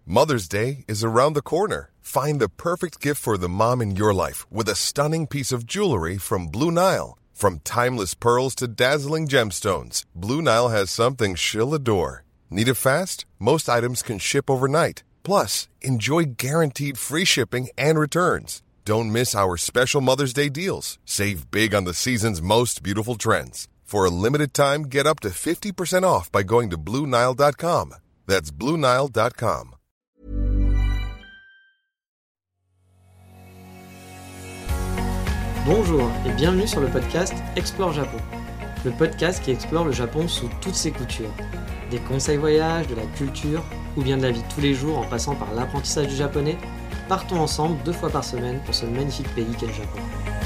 Mother's Day is around the corner. Find the perfect gift for the mom in your life with a stunning piece of jewelry from Blue Nile. From timeless pearls to dazzling gemstones, Blue Nile has something she'll adore. Need it fast? Most items can ship overnight. Plus, enjoy guaranteed free shipping and returns. Don't miss our special Mother's Day deals. Save big on the season's most beautiful trends. For a limited time, get up to 50% off by going to BlueNile.com. That's BlueNile.com. Bonjour et bienvenue sur le podcast Explore Japon. Le podcast qui explore le Japon sous toutes ses coutures. Des conseils voyages, de la culture ou bien de la vie de tous les jours en passant par l'apprentissage du japonais, partons ensemble 2 fois par semaine pour ce magnifique pays qu'est le Japon.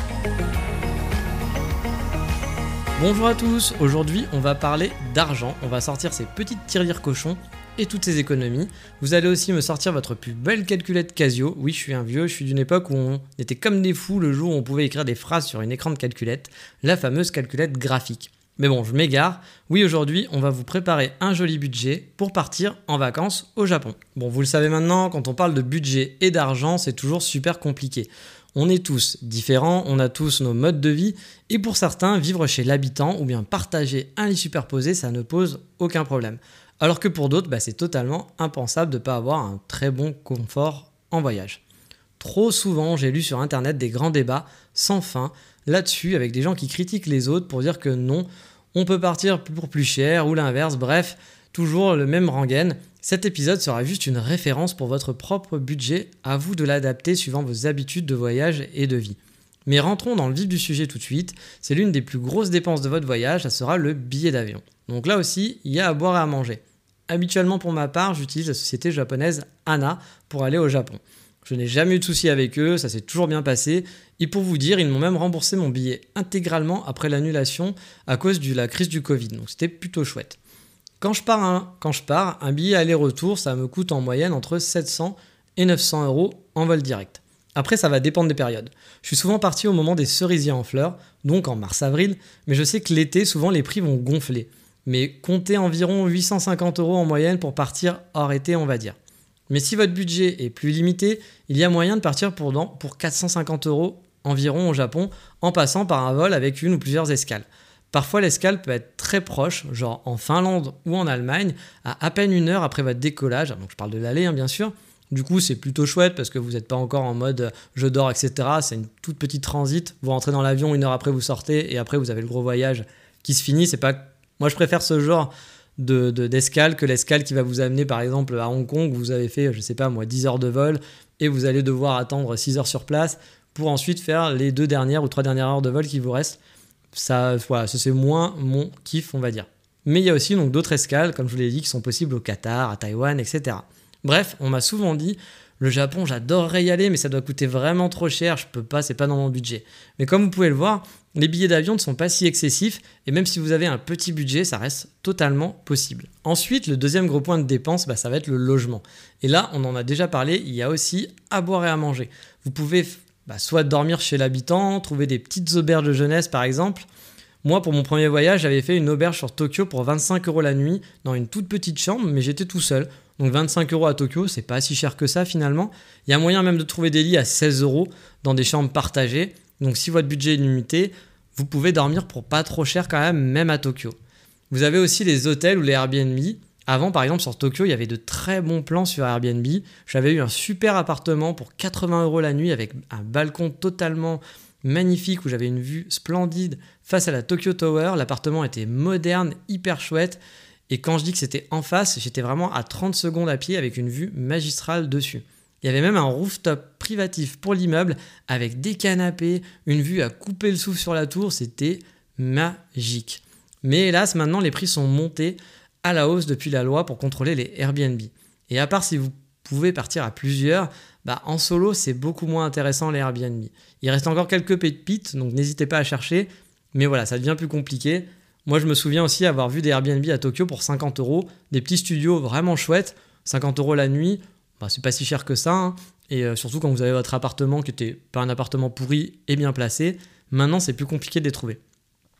Bonjour à tous, aujourd'hui on va parler d'argent, on va sortir ces petites tirelires cochons et toutes ces économies. Vous allez aussi me sortir votre plus belle calculette Casio. Oui, je suis un vieux, je suis d'une époque où on était comme des fous le jour où on pouvait écrire des phrases sur une écran de calculette, la fameuse calculette graphique. Mais bon, je m'égare. Oui, aujourd'hui, on va vous préparer un joli budget pour partir en vacances au Japon. Bon, vous le savez maintenant, quand on parle de budget et d'argent, c'est toujours super compliqué. On est tous différents, on a tous nos modes de vie, et pour certains, vivre chez l'habitant ou bien partager un lit superposé, ça ne pose aucun problème. Alors que pour d'autres, c'est totalement impensable de ne pas avoir un très bon confort en voyage. Trop souvent, j'ai lu sur internet des grands débats sans fin là-dessus avec des gens qui critiquent les autres pour dire que non, on peut partir pour plus cher ou l'inverse, bref, toujours le même rengaine. Cet épisode sera juste une référence pour votre propre budget, à vous de l'adapter suivant vos habitudes de voyage et de vie. Mais rentrons dans le vif du sujet tout de suite, c'est l'une des plus grosses dépenses de votre voyage, ça sera le billet d'avion. Donc là aussi, il y a à boire et à manger. Habituellement pour ma part, j'utilise la société japonaise ANA pour aller au Japon. Je n'ai jamais eu de soucis avec eux, ça s'est toujours bien passé. Et pour vous dire, ils m'ont même remboursé mon billet intégralement après l'annulation à cause de la crise du Covid. Donc c'était plutôt chouette. Quand je pars, un billet aller-retour, ça me coûte en moyenne entre 700 et 900 euros en vol direct. Après, ça va dépendre des périodes. Je suis souvent parti au moment des cerisiers en fleurs, donc en mars-avril, mais je sais que l'été, souvent les prix vont gonfler. Mais comptez environ 850 euros en moyenne pour partir hors été, on va dire. Mais si votre budget est plus limité, il y a moyen de partir pour 450 euros environ au Japon, en passant par un vol avec une ou plusieurs escales. Parfois, l'escale peut être très proche, genre en Finlande ou en Allemagne, à peine 1 heure après votre décollage. Donc je parle de l'aller, bien sûr. Du coup, c'est plutôt chouette parce que vous n'êtes pas encore en mode je dors, etc. C'est une toute petite transit. Vous rentrez dans l'avion, 1 heure après, vous sortez et après, vous avez le gros voyage qui se finit. Moi, je préfère ce genre d'escale que l'escale qui va vous amener, par exemple, à Hong Kong où vous avez fait, 10 heures de vol et vous allez devoir attendre 6 heures sur place pour ensuite faire les 2 dernières ou 3 dernières heures de vol qui vous restent. Ça, c'est moins mon kiff, on va dire. Mais il y a aussi donc d'autres escales, comme je vous l'ai dit, qui sont possibles au Qatar, à Taïwan, etc. Bref, on m'a souvent dit, le Japon, j'adorerais y aller, mais ça doit coûter vraiment trop cher, je peux pas, c'est pas dans mon budget. Mais comme vous pouvez le voir, les billets d'avion ne sont pas si excessifs, et même si vous avez un petit budget, ça reste totalement possible. Ensuite, le deuxième gros point de dépense, ça va être le logement. Et là, on en a déjà parlé, il y a aussi à boire et à manger. Vous pouvez soit dormir chez l'habitant, trouver des petites auberges de jeunesse par exemple. Moi, pour mon premier voyage, j'avais fait une auberge sur Tokyo pour 25 euros la nuit, dans une toute petite chambre, mais j'étais tout seul. Donc 25 euros à Tokyo, c'est pas si cher que ça finalement. Il y a moyen même de trouver des lits à 16 euros dans des chambres partagées. Donc si votre budget est limité, vous pouvez dormir pour pas trop cher quand même à Tokyo. Vous avez aussi les hôtels ou les Airbnb. Avant, par exemple, sur Tokyo, il y avait de très bons plans sur Airbnb. J'avais eu un super appartement pour 80 euros la nuit avec un balcon totalement magnifique où j'avais une vue splendide face à la Tokyo Tower. L'appartement était moderne, hyper chouette. Et quand je dis que c'était en face, j'étais vraiment à 30 secondes à pied avec une vue magistrale dessus. Il y avait même un rooftop privatif pour l'immeuble avec des canapés, une vue à couper le souffle sur la tour. C'était magique. Mais hélas, maintenant, les prix sont montés à la hausse depuis la loi pour contrôler les Airbnb. Et à part si vous pouvez partir à plusieurs, en solo, c'est beaucoup moins intéressant les Airbnb. Il reste encore quelques pépites, donc n'hésitez pas à chercher. Mais voilà, ça devient plus compliqué. Moi, je me souviens aussi avoir vu des Airbnb à Tokyo pour 50 euros, des petits studios vraiment chouettes, 50 euros la nuit, c'est pas si cher que ça, hein. Et surtout quand vous avez votre appartement qui n'était pas un appartement pourri et bien placé, maintenant c'est plus compliqué de les trouver.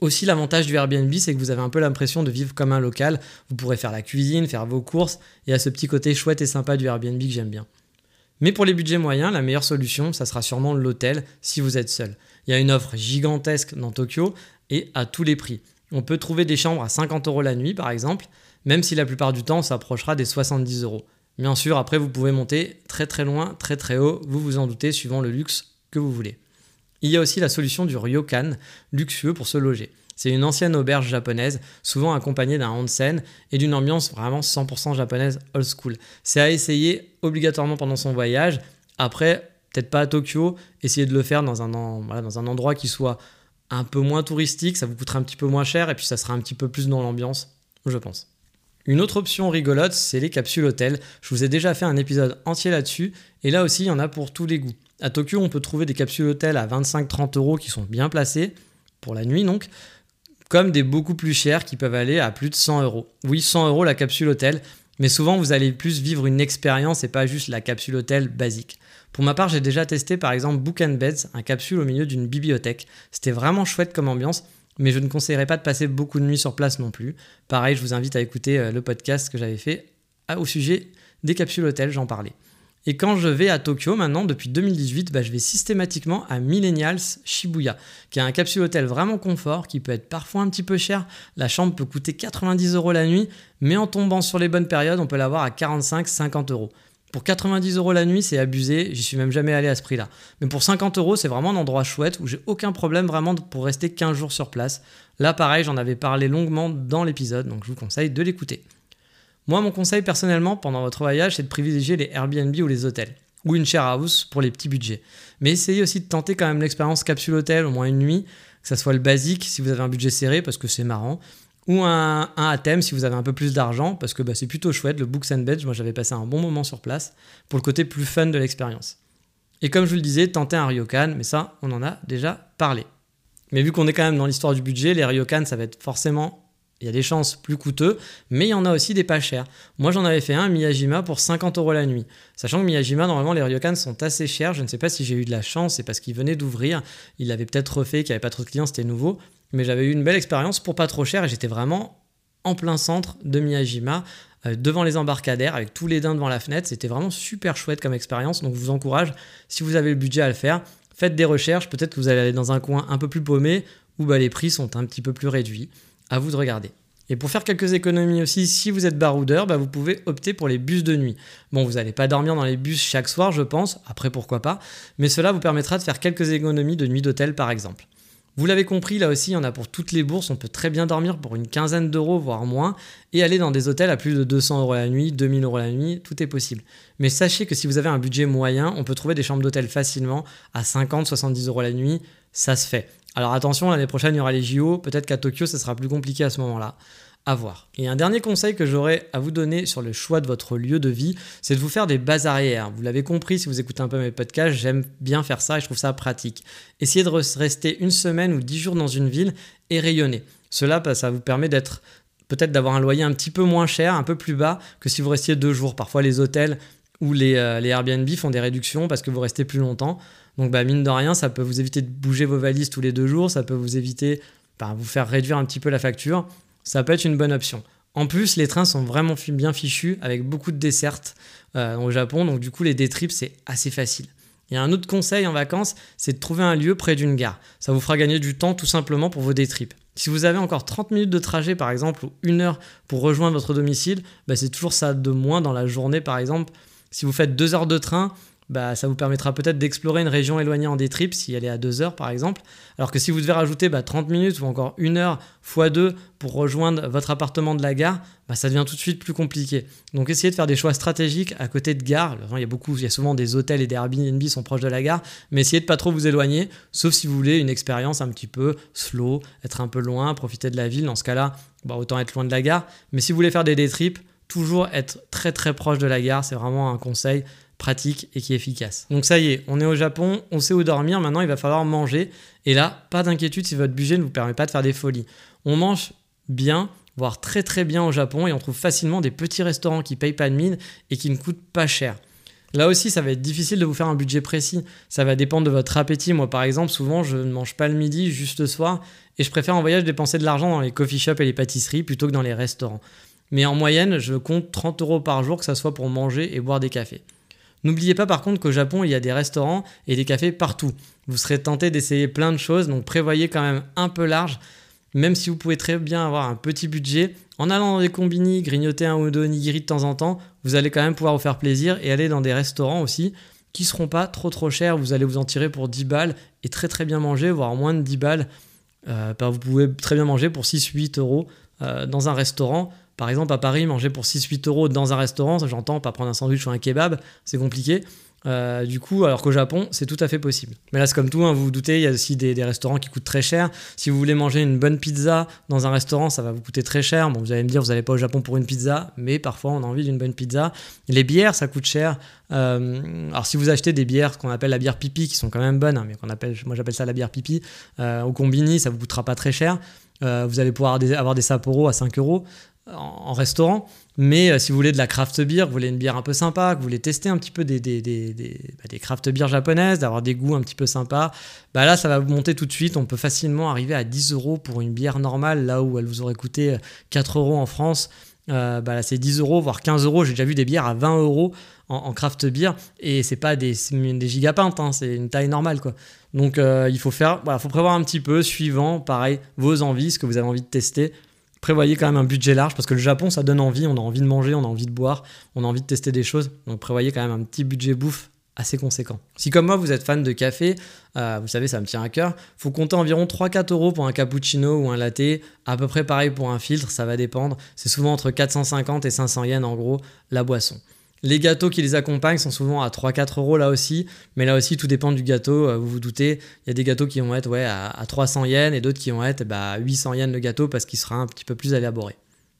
Aussi, l'avantage du Airbnb, c'est que vous avez un peu l'impression de vivre comme un local. Vous pourrez faire la cuisine, faire vos courses. Il y a ce petit côté chouette et sympa du Airbnb que j'aime bien. Mais pour les budgets moyens, la meilleure solution, ça sera sûrement l'hôtel si vous êtes seul. Il y a une offre gigantesque dans Tokyo et à tous les prix. On peut trouver des chambres à 50 € la nuit par exemple, même si la plupart du temps, ça approchera des 70 €. Bien sûr, après, vous pouvez monter très très loin, très très haut, vous vous en doutez, suivant le luxe que vous voulez. Il y a aussi la solution du ryokan, luxueux pour se loger. C'est une ancienne auberge japonaise, souvent accompagnée d'un onsen et d'une ambiance vraiment 100% japonaise old school. C'est à essayer obligatoirement pendant son voyage. Après, peut-être pas à Tokyo, essayez de le faire dans un endroit qui soit un peu moins touristique, ça vous coûtera un petit peu moins cher et puis ça sera un petit peu plus dans l'ambiance, je pense. Une autre option rigolote, c'est les capsules hôtels. Je vous ai déjà fait un épisode entier là-dessus et là aussi, il y en a pour tous les goûts. À Tokyo, on peut trouver des capsules hôtels à 25-30 € qui sont bien placées, pour la nuit donc, comme des beaucoup plus chers qui peuvent aller à plus de 100 €. Oui, 100 € la capsule hôtel, mais souvent vous allez plus vivre une expérience et pas juste la capsule hôtel basique. Pour ma part, j'ai déjà testé par exemple Book & Beds, un capsule au milieu d'une bibliothèque. C'était vraiment chouette comme ambiance, mais je ne conseillerais pas de passer beaucoup de nuits sur place non plus. Pareil, je vous invite à écouter le podcast que j'avais fait au sujet des capsules hôtels, j'en parlais. Et quand je vais à Tokyo maintenant, depuis 2018, je vais systématiquement à Millennials Shibuya, qui est un capsule hôtel vraiment confort, qui peut être parfois un petit peu cher. La chambre peut coûter 90 € la nuit, mais en tombant sur les bonnes périodes, on peut l'avoir à 45-50 €. Pour 90 € la nuit, c'est abusé, j'y suis même jamais allé à ce prix-là. Mais pour 50 €, c'est vraiment un endroit chouette où j'ai aucun problème vraiment pour rester 15 jours sur place. Là, pareil, j'en avais parlé longuement dans l'épisode, donc je vous conseille de l'écouter. Moi, mon conseil personnellement pendant votre voyage, c'est de privilégier les Airbnb ou les hôtels, ou une share house pour les petits budgets. Mais essayez aussi de tenter quand même l'expérience capsule hôtel au moins une nuit, que ça soit le basique si vous avez un budget serré parce que c'est marrant, ou un à thème si vous avez un peu plus d'argent parce que c'est plutôt chouette, le Books & Beds, moi j'avais passé un bon moment sur place pour le côté plus fun de l'expérience. Et comme je vous le disais, tentez un ryokan, mais ça, on en a déjà parlé. Mais vu qu'on est quand même dans l'histoire du budget, les ryokans, ça va être forcément... Il y a des chances plus coûteux, mais il y en a aussi des pas chers. Moi, j'en avais fait un à Miyajima pour 50 € la nuit. Sachant que Miyajima, normalement, les ryokans sont assez chers. Je ne sais pas si j'ai eu de la chance, c'est parce qu'il venait d'ouvrir. Il l'avait peut-être refait, qu'il n'y avait pas trop de clients, c'était nouveau. Mais j'avais eu une belle expérience pour pas trop cher et j'étais vraiment en plein centre de Miyajima, devant les embarcadères, avec tous les daims devant la fenêtre. C'était vraiment super chouette comme expérience. Donc, je vous encourage, si vous avez le budget à le faire, faites des recherches. Peut-être que vous allez aller dans un coin un peu plus paumé où les prix sont un petit peu plus réduits. À vous de regarder. Et pour faire quelques économies aussi, si vous êtes baroudeur, vous pouvez opter pour les bus de nuit. Bon, vous n'allez pas dormir dans les bus chaque soir, je pense, après pourquoi pas, mais cela vous permettra de faire quelques économies de nuit d'hôtel par exemple. Vous l'avez compris, là aussi, il y en a pour toutes les bourses, on peut très bien dormir pour une quinzaine d'euros, voire moins, et aller dans des hôtels à plus de 200 € la nuit, 2000 € la nuit, tout est possible. Mais sachez que si vous avez un budget moyen, on peut trouver des chambres d'hôtel facilement à 50-70 € la nuit, ça se fait. Alors attention, l'année prochaine, il y aura les JO. Peut-être qu'à Tokyo, ça sera plus compliqué à ce moment-là. À voir. Et un dernier conseil que j'aurais à vous donner sur le choix de votre lieu de vie, c'est de vous faire des bases arrières. Vous l'avez compris, si vous écoutez un peu mes podcasts, j'aime bien faire ça et je trouve ça pratique. Essayez de rester une semaine ou 10 jours dans une ville et rayonner. Cela, ça vous permet peut-être d'avoir un loyer un petit peu moins cher, un peu plus bas que si vous restiez 2 jours. Parfois, les hôtels ou les Airbnb font des réductions parce que vous restez plus longtemps. Donc mine de rien, ça peut vous éviter de bouger vos valises tous les 2 jours, ça peut vous éviter, vous faire réduire un petit peu la facture. Ça peut être une bonne option. En plus, les trains sont vraiment bien fichus avec beaucoup de dessertes au Japon. Donc du coup, les day trips, c'est assez facile. Il y a un autre conseil en vacances, c'est de trouver un lieu près d'une gare. Ça vous fera gagner du temps tout simplement pour vos day trips. Si vous avez encore 30 minutes de trajet par exemple ou 1 heure pour rejoindre votre domicile, c'est toujours ça de moins dans la journée par exemple. Si vous faites 2 heures de train, ça vous permettra peut-être d'explorer une région éloignée en day trip si elle est à 2 heures par exemple. Alors que si vous devez rajouter 30 minutes ou encore 1 heure x 2 pour rejoindre votre appartement de la gare, ça devient tout de suite plus compliqué. Donc essayez de faire des choix stratégiques à côté de gare. Il y a souvent des hôtels et des Airbnb qui sont proches de la gare, mais essayez de pas trop vous éloigner, sauf si vous voulez une expérience un petit peu slow, être un peu loin, profiter de la ville. Dans ce cas-là, autant être loin de la gare. Mais si vous voulez faire des day trips, toujours être très très proche de la gare, c'est vraiment un conseil pratique et qui est efficace. Donc ça y est, on est au Japon, on sait où dormir, maintenant il va falloir manger. Et là, pas d'inquiétude si votre budget ne vous permet pas de faire des folies. On mange bien, voire très très bien au Japon et on trouve facilement des petits restaurants qui payent pas de mine et qui ne coûtent pas cher. Là aussi, ça va être difficile de vous faire un budget précis. Ça va dépendre de votre appétit. Moi, par exemple, souvent, je ne mange pas le midi, juste le soir. Et je préfère en voyage dépenser de l'argent dans les coffee shops et les pâtisseries plutôt que dans les restaurants. Mais en moyenne, je compte 30 € par jour, que ça soit pour manger et boire des cafés. N'oubliez pas par contre qu'au Japon, il y a des restaurants et des cafés partout. Vous serez tenté d'essayer plein de choses, donc prévoyez quand même un peu large. Même si vous pouvez très bien avoir un petit budget, en allant dans des combini, grignoter un ou deux onigiri de temps en temps, vous allez quand même pouvoir vous faire plaisir et aller dans des restaurants aussi qui ne seront pas trop chers. Vous allez vous en tirer pour 10 balles et très bien manger, voire moins de 10 balles. Vous pouvez très bien manger pour 6-8 € dans un restaurant. Par exemple, à Paris, manger pour 6-8 € dans un restaurant, ça j'entends, pas prendre un sandwich ou un kebab, c'est compliqué. Du coup, alors qu'au Japon, c'est tout à fait possible. Mais là, c'est comme tout, hein, vous vous doutez, il y a aussi des restaurants qui coûtent très cher. Si vous voulez manger une bonne pizza dans un restaurant, ça va vous coûter très cher. Bon, vous allez me dire, vous n'allez pas au Japon pour une pizza, mais parfois, on a envie d'une bonne pizza. Les bières, ça coûte cher. Alors, si vous achetez des bières qu'on appelle la bière pipi, qui sont quand même bonnes, hein, mais moi j'appelle ça la bière pipi, au combini, ça vous coûtera pas très cher. Vous allez pouvoir avoir des Sapporo à 5 € en restaurant, mais si vous voulez de la craft beer, vous voulez une bière un peu sympa, que vous voulez tester un petit peu des craft beer japonaises, d'avoir des goûts un petit peu sympas, là ça va vous monter tout de suite. On peut facilement arriver à 10 € pour une bière normale, là où elle vous aurait coûté 4 € en France. Là c'est 10 €, voire 15 €. J'ai déjà vu des bières à 20 € en craft beer, et c'est pas des gigapintes, hein, c'est une taille normale quoi. Donc il faut prévoir un petit peu, suivant pareil vos envies, ce que vous avez envie de tester. Prévoyez quand même un budget large, parce que le Japon ça donne envie, on a envie de manger, on a envie de boire, on a envie de tester des choses, donc prévoyez quand même un petit budget bouffe assez conséquent. Si comme moi vous êtes fan de café, vous savez ça me tient à cœur, faut compter environ 3-4 € pour un cappuccino ou un latte, à peu près pareil pour un filtre, ça va dépendre, c'est souvent entre 450 et 500 yens en gros la boisson. Les gâteaux qui les accompagnent sont souvent à 3-4 € là aussi, mais là aussi tout dépend du gâteau, vous vous doutez, il y a des gâteaux qui vont être à 300 yens et d'autres qui vont être 800 yens le gâteau parce qu'il sera un petit peu plus élaboré.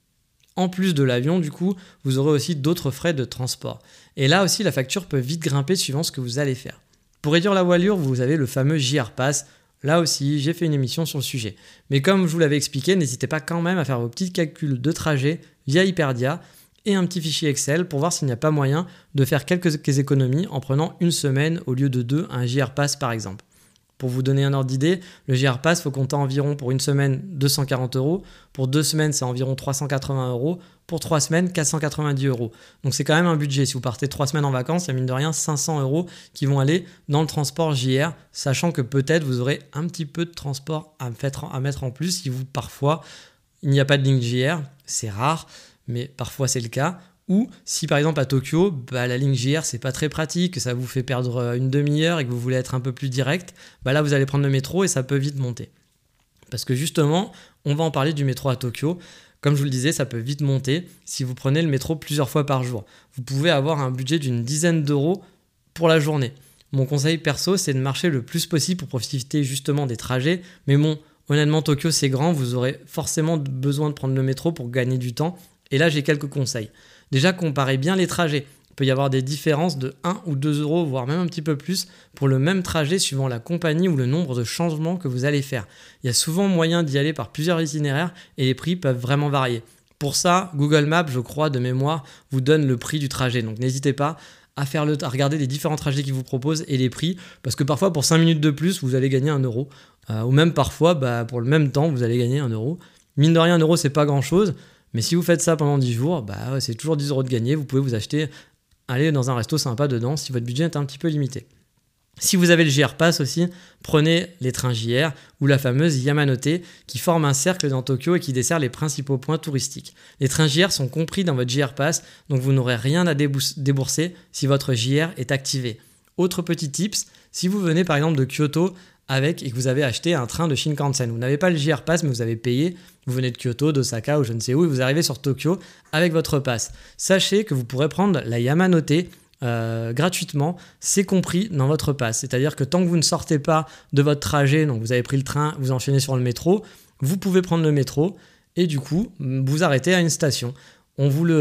En plus de l'avion, du coup, vous aurez aussi d'autres frais de transport. Et là aussi, la facture peut vite grimper suivant ce que vous allez faire. Pour réduire la voilure, vous avez le fameux JR Pass. Là aussi, j'ai fait une émission sur le sujet. Mais comme je vous l'avais expliqué, n'hésitez pas quand même à faire vos petits calculs de trajet via Hyperdia et un petit fichier Excel pour voir s'il n'y a pas moyen de faire quelques économies en prenant une semaine au lieu de 2 un JR Pass par exemple. Pour vous donner un ordre d'idée, le JR Pass, il faut compter environ pour une semaine 240 €, pour 2 semaines c'est environ 380 €, pour 3 semaines 490 €. Donc c'est quand même un budget. Si vous partez 3 semaines en vacances, il y a mine de rien 500 € qui vont aller dans le transport JR, sachant que peut-être vous aurez un petit peu de transport à mettre en plus si parfois il n'y a pas de ligne JR, c'est rare, mais parfois c'est le cas. Ou si par exemple à Tokyo, la ligne JR c'est pas très pratique, que ça vous fait perdre une demi-heure et que vous voulez être un peu plus direct, là vous allez prendre le métro et ça peut vite monter. Parce que justement, on va en parler du métro à Tokyo. Comme je vous le disais, ça peut vite monter si vous prenez le métro plusieurs fois par jour. Vous pouvez avoir un budget d'une dizaine d'euros pour la journée. Mon conseil perso, c'est de marcher le plus possible pour profiter justement des trajets. Mais bon, honnêtement, Tokyo c'est grand, vous aurez forcément besoin de prendre le métro pour gagner du temps. Et là, j'ai quelques conseils. Déjà, comparez bien les trajets. Il peut y avoir des différences de 1 ou 2 €, voire même un petit peu plus, pour le même trajet suivant la compagnie ou le nombre de changements que vous allez faire. Il y a souvent moyen d'y aller par plusieurs itinéraires et les prix peuvent vraiment varier. Pour ça, Google Maps, je crois, de mémoire, vous donne le prix du trajet. Donc n'hésitez pas à regarder les différents trajets qu'ils vous proposent et les prix, parce que parfois, pour 5 minutes de plus, vous allez gagner 1 €. Ou même parfois, pour le même temps, vous allez gagner 1 €. Mine de rien, 1 €, c'est pas grand-chose. Mais si vous faites ça pendant 10 jours, c'est toujours 10 € de gagné. Vous pouvez vous acheter, aller dans un resto sympa dedans si votre budget est un petit peu limité. Si vous avez le JR Pass aussi, prenez les trains JR ou la fameuse Yamanote qui forme un cercle dans Tokyo et qui dessert les principaux points touristiques. Les trains JR sont compris dans votre JR Pass, donc vous n'aurez rien à débourser si votre JR est activé. Autre petit tips, si vous venez par exemple de Kyoto et que vous avez acheté un train de Shinkansen, vous n'avez pas le JR Pass mais vous avez payé, vous venez de Kyoto, d'Osaka ou je ne sais où et vous arrivez sur Tokyo avec votre pass. Sachez que vous pourrez prendre la Yamanote gratuitement, c'est compris dans votre pass. C'est-à-dire que tant que vous ne sortez pas de votre trajet, donc vous avez pris le train, vous enchaînez sur le métro, vous pouvez prendre le métro et du coup vous arrêtez à une station. Ça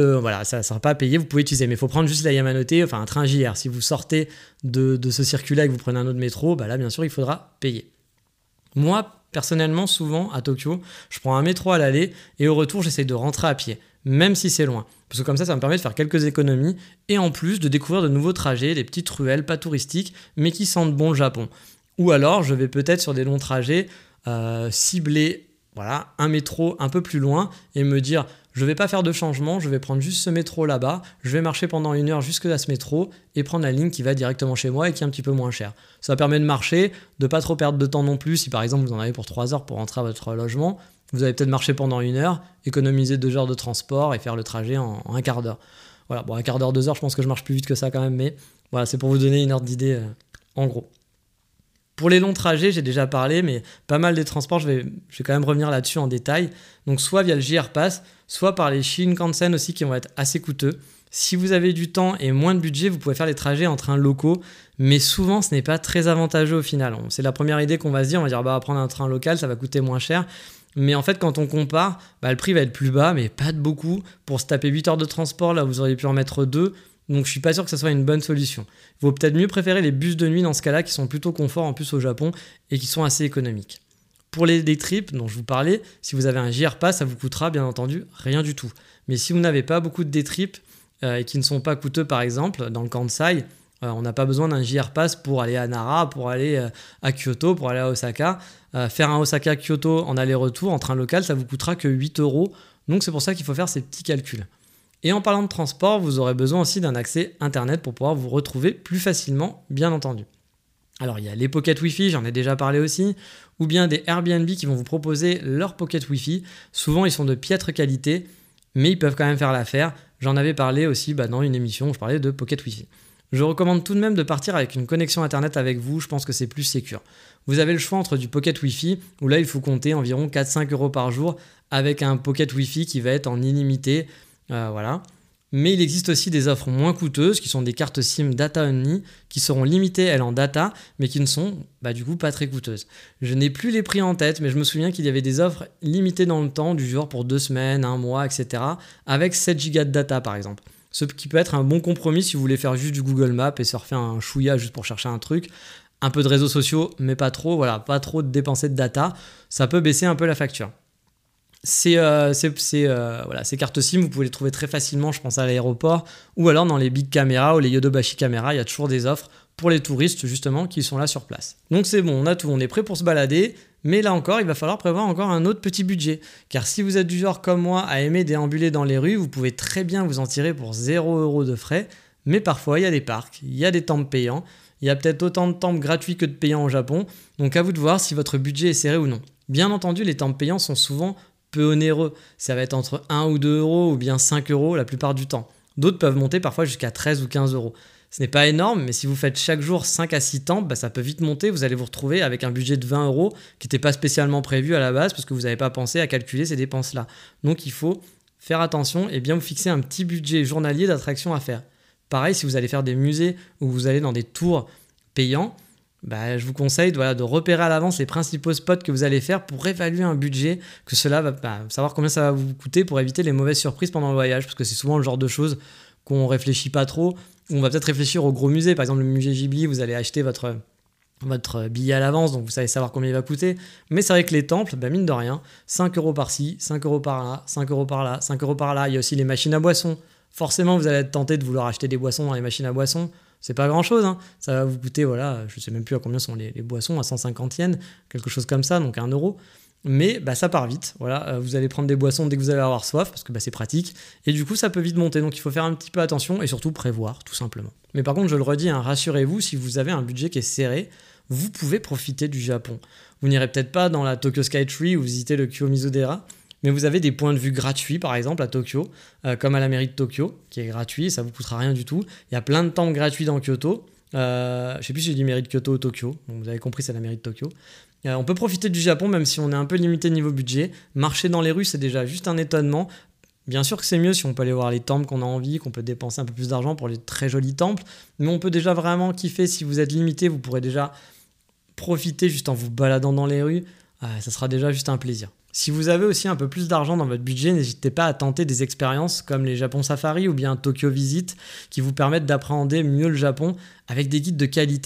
ne sera pas à payer, vous pouvez utiliser, mais il faut prendre juste la Yamanote, enfin un train JR. Si vous sortez de ce circuit-là et que vous prenez un autre métro, là bien sûr il faudra payer. Moi, personnellement, souvent à Tokyo, je prends un métro à l'aller et au retour j'essaie de rentrer à pied. même si c'est loin. Parce que comme ça me permet de faire quelques économies et en plus de découvrir de nouveaux trajets, des petites ruelles pas touristiques, mais qui sentent bon le Japon. Ou alors, je vais peut-être sur des longs trajets cibler un métro un peu plus loin et me dire je ne vais pas faire de changement, je vais prendre juste ce métro là-bas, je vais marcher pendant 1 heure jusqu'à ce métro et prendre la ligne qui va directement chez moi et qui est un petit peu moins chère. Ça permet de marcher, de pas trop perdre de temps non plus. Si par exemple vous en avez pour 3 heures pour rentrer à votre logement, vous allez peut-être marcher pendant 1 heure, économiser 2 heures de transport et faire le trajet en 1/4 d'heure. Voilà, bon, 1/4 d'heure, 2 heures, je pense que je marche plus vite que ça quand même, mais voilà, c'est pour vous donner une ordre d'idée en gros. Pour les longs trajets, j'ai déjà parlé, mais pas mal des transports, je vais quand même revenir là-dessus en détail. Donc soit via le JR Pass, soit par les Shinkansen aussi qui vont être assez coûteux. Si vous avez du temps et moins de budget, vous pouvez faire les trajets en trains locaux, mais souvent ce n'est pas très avantageux au final. C'est la première idée qu'on va se dire, on va dire prendre un train local, ça va coûter moins cher. Mais en fait, quand on compare, le prix va être plus bas, mais pas de beaucoup. Pour se taper 8 heures de transport, là vous auriez pu en mettre 2. Donc je suis pas sûr que ce soit une bonne solution. Il vaut peut-être mieux préférer les bus de nuit dans ce cas-là qui sont plutôt confort en plus au Japon et qui sont assez économiques. Pour les day trips dont je vous parlais, si vous avez un JR Pass, ça vous coûtera bien entendu rien du tout. Mais si vous n'avez pas beaucoup de day trips et qui ne sont pas coûteux par exemple, dans le Kansai, on n'a pas besoin d'un JR Pass pour aller à Nara, pour aller à Kyoto, pour aller à Osaka. Faire un Osaka-Kyoto en aller-retour en train local, ça vous coûtera que 8 €. Donc c'est pour ça qu'il faut faire ces petits calculs. Et en parlant de transport, vous aurez besoin aussi d'un accès Internet pour pouvoir vous retrouver plus facilement, bien entendu. Alors il y a les pockets Wi-Fi, j'en ai déjà parlé aussi, ou bien des Airbnb qui vont vous proposer leur pocket Wi-Fi. Souvent ils sont de piètre qualité, mais ils peuvent quand même faire l'affaire. J'en avais parlé aussi dans une émission où je parlais de pocket Wi-Fi. Je recommande tout de même de partir avec une connexion Internet avec vous, je pense que c'est plus sécure. Vous avez le choix entre du pocket Wi-Fi, où là il faut compter environ 4-5 € par jour, avec un pocket Wi-Fi qui va être en illimité. Voilà. Mais il existe aussi des offres moins coûteuses qui sont des cartes SIM data only qui seront limitées elles en data mais qui ne sont du coup pas très coûteuses. Je n'ai plus les prix en tête mais je me souviens qu'il y avait des offres limitées dans le temps du genre pour 2 semaines, 1 mois, etc. avec 7 Go de data par exemple. Ce qui peut être un bon compromis si vous voulez faire juste du Google Maps et surfer un chouïa juste pour chercher un truc. Un peu de réseaux sociaux mais pas trop, pas trop de dépenser de data. Ça peut baisser un peu la facture. Ces cartes SIM, vous pouvez les trouver très facilement, je pense à l'aéroport, ou alors dans les big caméras ou les Yodobashi caméras, il y a toujours des offres pour les touristes justement qui sont là sur place. Donc c'est bon, on a tout, on est prêt pour se balader, mais là encore, il va falloir prévoir encore un autre petit budget. Car si vous êtes du genre comme moi à aimer déambuler dans les rues, vous pouvez très bien vous en tirer pour 0 € de frais, mais parfois il y a des parcs, il y a des temples payants, il y a peut-être autant de temples gratuits que de payants au Japon, donc à vous de voir si votre budget est serré ou non. Bien entendu, les temples payants sont souvent peu onéreux, ça va être entre 1 ou 2 € ou bien 5 € la plupart du temps. D'autres peuvent monter parfois jusqu'à 13 ou 15 €. Ce n'est pas énorme, mais si vous faites chaque jour 5 à 6 temples, ça peut vite monter, vous allez vous retrouver avec un budget de 20 € qui n'était pas spécialement prévu à la base parce que vous n'avez pas pensé à calculer ces dépenses-là. Donc il faut faire attention et bien vous fixer un petit budget journalier d'attraction à faire. Pareil, si vous allez faire des musées ou vous allez dans des tours payants, je vous conseille de repérer à l'avance les principaux spots que vous allez faire pour évaluer un budget, que cela va savoir combien ça va vous coûter pour éviter les mauvaises surprises pendant le voyage, parce que c'est souvent le genre de choses qu'on réfléchit pas trop. On va peut-être réfléchir aux gros musées, par exemple le musée Ghibli, vous allez acheter votre billet à l'avance, donc vous savez savoir combien il va coûter. Mais c'est vrai que les temples, mine de rien, 5 € par-ci, 5 € par-là, 5 € par-là, 5 € par-là. Il y a aussi les machines à boissons. Forcément, vous allez être tenté de vouloir acheter des boissons dans les machines à boissons. C'est pas grand-chose, hein. Ça va vous coûter, je sais même plus à combien sont les boissons, à 150 yens, quelque chose comme ça, donc 1 €. Mais ça part vite, vous allez prendre des boissons dès que vous allez avoir soif, parce que c'est pratique, et du coup ça peut vite monter, donc il faut faire un petit peu attention, et surtout prévoir, tout simplement. Mais par contre, je le redis, rassurez-vous, si vous avez un budget qui est serré, vous pouvez profiter du Japon. Vous n'irez peut-être pas dans la Tokyo Skytree ou visiter le Kiyomizu-dera, mais vous avez des points de vue gratuits, par exemple, à Tokyo, comme à la mairie de Tokyo, qui est gratuit, ça ne vous coûtera rien du tout. Il y a plein de temples gratuits dans Kyoto. Je ne sais plus si j'ai dit mairie de Kyoto ou Tokyo, donc vous avez compris, c'est la mairie de Tokyo. On peut profiter du Japon, même si on est un peu limité niveau budget. Marcher dans les rues, c'est déjà juste un étonnement. Bien sûr que c'est mieux si on peut aller voir les temples qu'on a envie, qu'on peut dépenser un peu plus d'argent pour les très jolis temples, mais on peut déjà vraiment kiffer. Si vous êtes limité, vous pourrez déjà profiter juste en vous baladant dans les rues. Ça sera déjà juste un plaisir. Si vous avez aussi un peu plus d'argent dans votre budget, n'hésitez pas à tenter des expériences comme les Japon Safari ou bien Tokyo Visit qui vous permettent d'appréhender mieux le Japon avec des guides de qualité.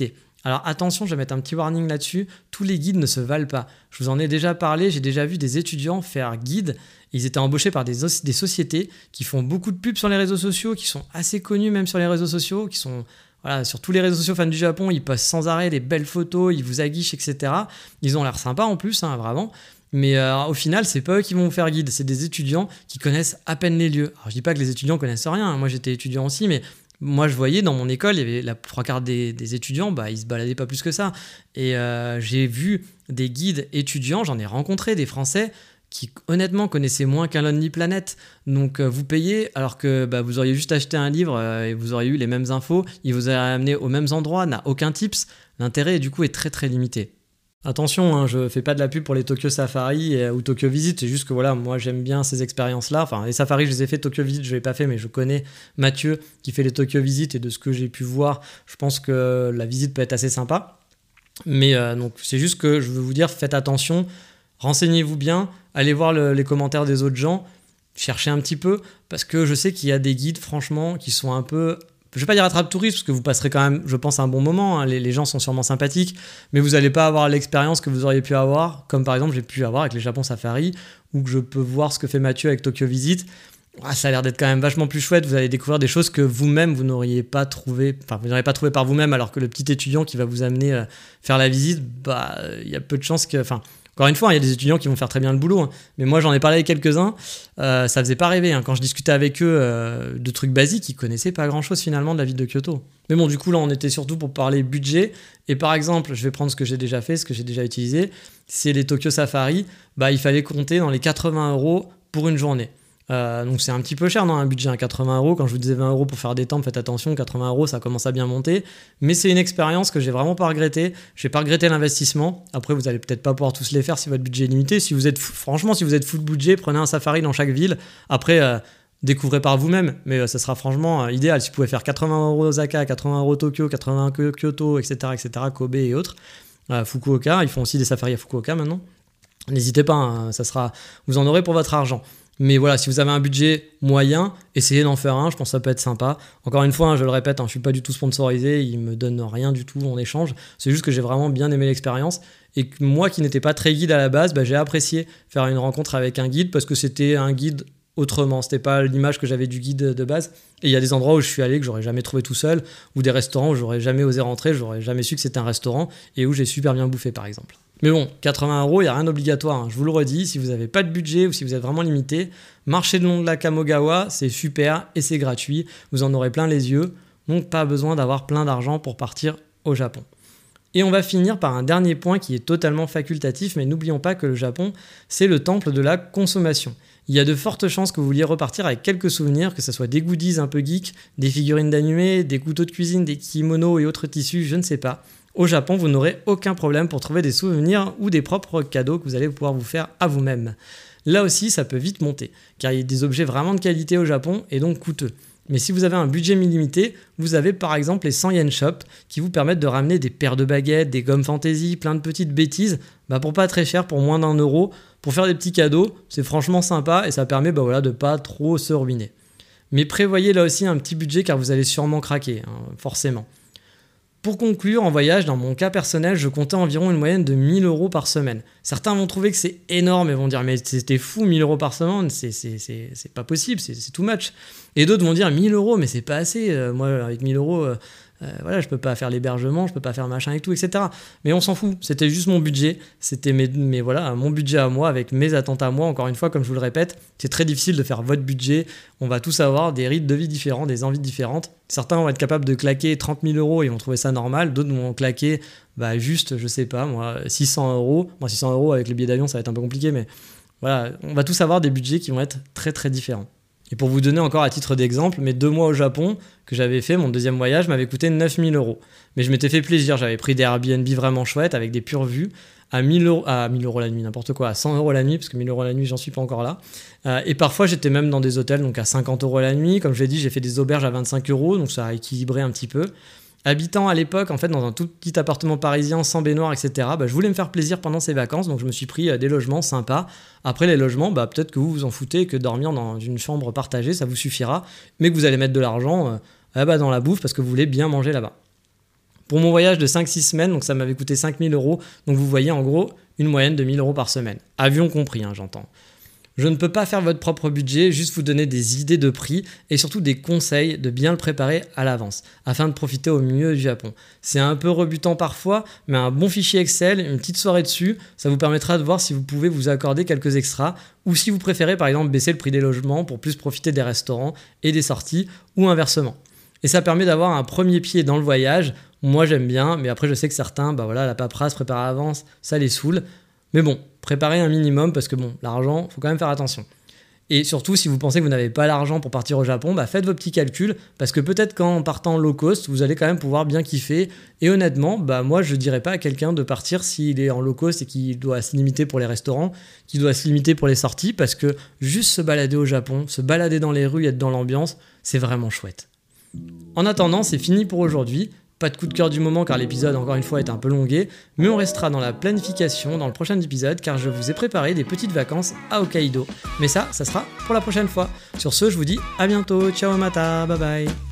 Alors attention, je vais mettre un petit warning là-dessus, tous les guides ne se valent pas. Je vous en ai déjà parlé, j'ai déjà vu des étudiants faire guide. Ils étaient embauchés par des sociétés qui font beaucoup de pubs sur les réseaux sociaux, qui sont assez connus même sur les réseaux sociaux, qui sont sur tous les réseaux sociaux fans du Japon, ils postent sans arrêt des belles photos, ils vous aguichent, etc. Ils ont l'air sympas en plus, vraiment. Mais au final, c'est pas eux qui vont vous faire guide, c'est des étudiants qui connaissent à peine les lieux. Alors je dis pas que les étudiants connaissent rien, moi j'étais étudiant aussi, mais moi je voyais dans mon école, il y avait la trois quarts des étudiants, ils se baladaient pas plus que ça. Et j'ai vu des guides étudiants, j'en ai rencontré des Français qui honnêtement connaissaient moins qu'un Lonely Planet. Donc vous payez alors que vous auriez juste acheté un livre et vous auriez eu les mêmes infos, il vous aurait amené aux mêmes endroits, n'a aucun tips. L'intérêt du coup est très très limité. Attention, je fais pas de la pub pour les Tokyo Safari ou Tokyo Visit, c'est juste que moi j'aime bien ces expériences-là. Enfin, les safaris, je les ai fait, Tokyo Visit, je l'ai pas fait, mais je connais Mathieu qui fait les Tokyo Visit et de ce que j'ai pu voir, je pense que la visite peut être assez sympa. Mais donc c'est juste que je veux vous dire, faites attention, renseignez-vous bien, allez voir les commentaires des autres gens, cherchez un petit peu, parce que je sais qu'il y a des guides, franchement, qui sont un peu... Je ne vais pas dire attrape-touriste, parce que vous passerez quand même, je pense, un bon moment. Les gens sont sûrement sympathiques, mais vous n'allez pas avoir l'expérience que vous auriez pu avoir, comme par exemple j'ai pu avoir avec les Japon Safari, ou que je peux voir ce que fait Mathieu avec Tokyo Visit. Ça a l'air d'être quand même vachement plus chouette. Vous allez découvrir des choses que vous-même, vous n'auriez pas trouvé, vous n'auriez pas trouvé par vous-même, alors que le petit étudiant qui va vous amener faire la visite, il y a peu de chances que... Encore une fois, il y a des étudiants qui vont faire très bien le boulot, mais moi j'en ai parlé avec quelques-uns, ça faisait pas rêver. Quand je discutais avec eux de trucs basiques, ils connaissaient pas grand-chose finalement de la ville de Kyoto. Mais bon, du coup là on était surtout pour parler budget, et par exemple, je vais prendre ce que j'ai déjà fait, ce que j'ai déjà utilisé, c'est les Tokyo Safari, il fallait compter dans les 80 € pour une journée. Donc c'est un petit peu cher, un budget à 80 €. Quand je vous disais 20 € pour faire des temples, faites attention, 80 € ça commence à bien monter, mais c'est une expérience que j'ai vraiment pas regretté. J'ai pas regretté l'investissement. Après vous allez peut-être pas pouvoir tous les faire si votre budget est limité. Si vous êtes full budget, prenez un safari dans chaque ville. Après découvrez par vous-même, mais ça sera franchement idéal. Si vous pouvez faire 80 € Osaka, 80 € Tokyo, 80 € Kyoto, etc., Kobe et autres, Fukuoka, ils font aussi des safaris à Fukuoka maintenant. N'hésitez pas, vous en aurez pour votre argent. Mais voilà, si vous avez un budget moyen, essayez d'en faire un, je pense que ça peut être sympa. Encore une fois, je le répète, je ne suis pas du tout sponsorisé, ils ne me donnent rien du tout en échange. C'est juste que j'ai vraiment bien aimé l'expérience et que moi qui n'étais pas très guide à la base, j'ai apprécié faire une rencontre avec un guide parce que c'était un guide autrement. C'était pas l'image que j'avais du guide de base. Et il y a des endroits où je suis allé que j'aurais jamais trouvé tout seul, ou des restaurants où j'aurais jamais osé rentrer, j'aurais jamais su que c'était un restaurant et où j'ai super bien bouffé par exemple. Mais bon, 80 €, il n'y a rien d'obligatoire. Je vous le redis, si vous n'avez pas de budget ou si vous êtes vraiment limité, marchez le long de la Kamogawa, c'est super et c'est gratuit. Vous en aurez plein les yeux, donc pas besoin d'avoir plein d'argent pour partir au Japon. Et on va finir par un dernier point qui est totalement facultatif, mais n'oublions pas que le Japon, c'est le temple de la consommation. Il y a de fortes chances que vous vouliez repartir avec quelques souvenirs, que ce soit des goodies un peu geeks, des figurines d'animé, des couteaux de cuisine, des kimonos et autres tissus, je ne sais pas. Au Japon, vous n'aurez aucun problème pour trouver des souvenirs ou des propres cadeaux que vous allez pouvoir vous faire à vous-même. Là aussi, ça peut vite monter, car il y a des objets vraiment de qualité au Japon et donc coûteux. Mais si vous avez un budget illimité, vous avez par exemple les 100 yen shop qui vous permettent de ramener des paires de baguettes, des gommes fantaisie, plein de petites bêtises, pour pas très cher, pour moins d'1 €, pour faire des petits cadeaux. C'est franchement sympa et ça permet de pas trop se ruiner. Mais prévoyez là aussi un petit budget car vous allez sûrement craquer, forcément. Pour conclure, en voyage, dans mon cas personnel, je comptais environ une moyenne de 1 000 € par semaine. Certains vont trouver que c'est énorme et vont dire « mais c'était fou, 1 000 € par semaine, c'est pas possible, c'est too much ». Et d'autres vont dire « 1 000 € mais c'est pas assez, moi avec 1 000 €, je peux pas faire l'hébergement, je peux pas faire machin et tout, etc. » Mais on s'en fout, c'était juste mon budget, c'était mon budget à moi, avec mes attentes à moi. Encore une fois, comme je vous le répète, c'est très difficile de faire votre budget, on va tous avoir des rythmes de vie différents, des envies différentes. Certains vont être capables de claquer 30 000 € et ils vont trouver ça normal, d'autres vont claquer juste, je sais pas moi, 600 €. Moi 600 € avec le billet d'avion ça va être un peu compliqué, mais voilà, on va tous avoir des budgets qui vont être très très différents. Et pour vous donner encore à titre d'exemple, mes 2 mois au Japon que j'avais fait, mon deuxième voyage, m'avait coûté 9 000 €. Mais je m'étais fait plaisir, j'avais pris des Airbnb vraiment chouettes avec des pures vues à 1 000 € la nuit, n'importe quoi, à 100 € la nuit, parce que 1 000 € la nuit, j'en suis pas encore là. Et parfois, j'étais même dans des hôtels, donc à 50 € la nuit. Comme je l'ai dit, j'ai fait des auberges à 25 €, donc ça a équilibré un petit peu. Habitant à l'époque, en fait, dans un tout petit appartement parisien sans baignoire, etc., je voulais me faire plaisir pendant ces vacances, donc je me suis pris des logements sympas. Après, les logements, peut-être que vous vous en foutez, que dormir dans une chambre partagée, ça vous suffira, mais que vous allez mettre de l'argent dans la bouffe parce que vous voulez bien manger là-bas. Pour mon voyage de 5-6 semaines, donc ça m'avait coûté 5 000 €. Donc vous voyez en gros une moyenne de 1 000 € par semaine. Avion compris, j'entends. Je ne peux pas faire votre propre budget, juste vous donner des idées de prix et surtout des conseils de bien le préparer à l'avance afin de profiter au mieux du Japon. C'est un peu rebutant parfois, mais un bon fichier Excel, une petite soirée dessus, ça vous permettra de voir si vous pouvez vous accorder quelques extras ou si vous préférez par exemple baisser le prix des logements pour plus profiter des restaurants et des sorties ou inversement. Et ça permet d'avoir un premier pied dans le voyage. Moi j'aime bien, mais après je sais que certains, la paperasse préparée à l'avance, ça les saoule. Mais bon, préparez un minimum parce que l'argent, faut quand même faire attention. Et surtout, si vous pensez que vous n'avez pas l'argent pour partir au Japon, faites vos petits calculs parce que peut-être qu'en partant low cost, vous allez quand même pouvoir bien kiffer. Et honnêtement, moi je dirais pas à quelqu'un de partir s'il est en low cost et qu'il doit se limiter pour les restaurants, qu'il doit se limiter pour les sorties parce que juste se balader au Japon, se balader dans les rues, être dans l'ambiance, c'est vraiment chouette. En attendant, c'est fini pour aujourd'hui. Pas de coup de cœur du moment car l'épisode encore une fois est un peu longué, mais on restera dans la planification dans le prochain épisode car je vous ai préparé des petites vacances à Hokkaido. Mais ça sera pour la prochaine fois. Sur ce, je vous dis à bientôt, ciao mata, bye bye.